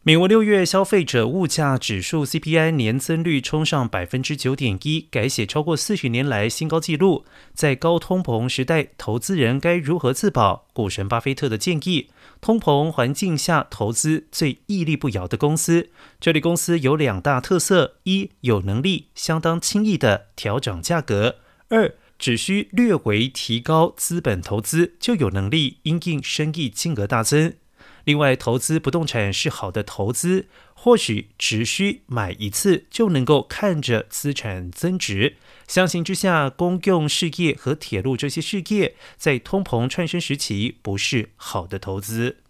美国6月消费者物价指数 CPI 年增率冲上 9.1%， 改写超过40年来新高纪录。在高通膨时代，投资人该如何自保？股神巴菲特的建议：通膨环境下投资最屹立不摇的公司。这类公司有2大特色：一，有能力相当轻易地调整价格；二，只需略微提高资本投资，就有能力因应生意金额大增。另外，投资不动产是好的投资，或许只需买一次就能够看着资产增值。相形之下，公用事业和铁路这些事业在通膨窜升时期不是好的投资。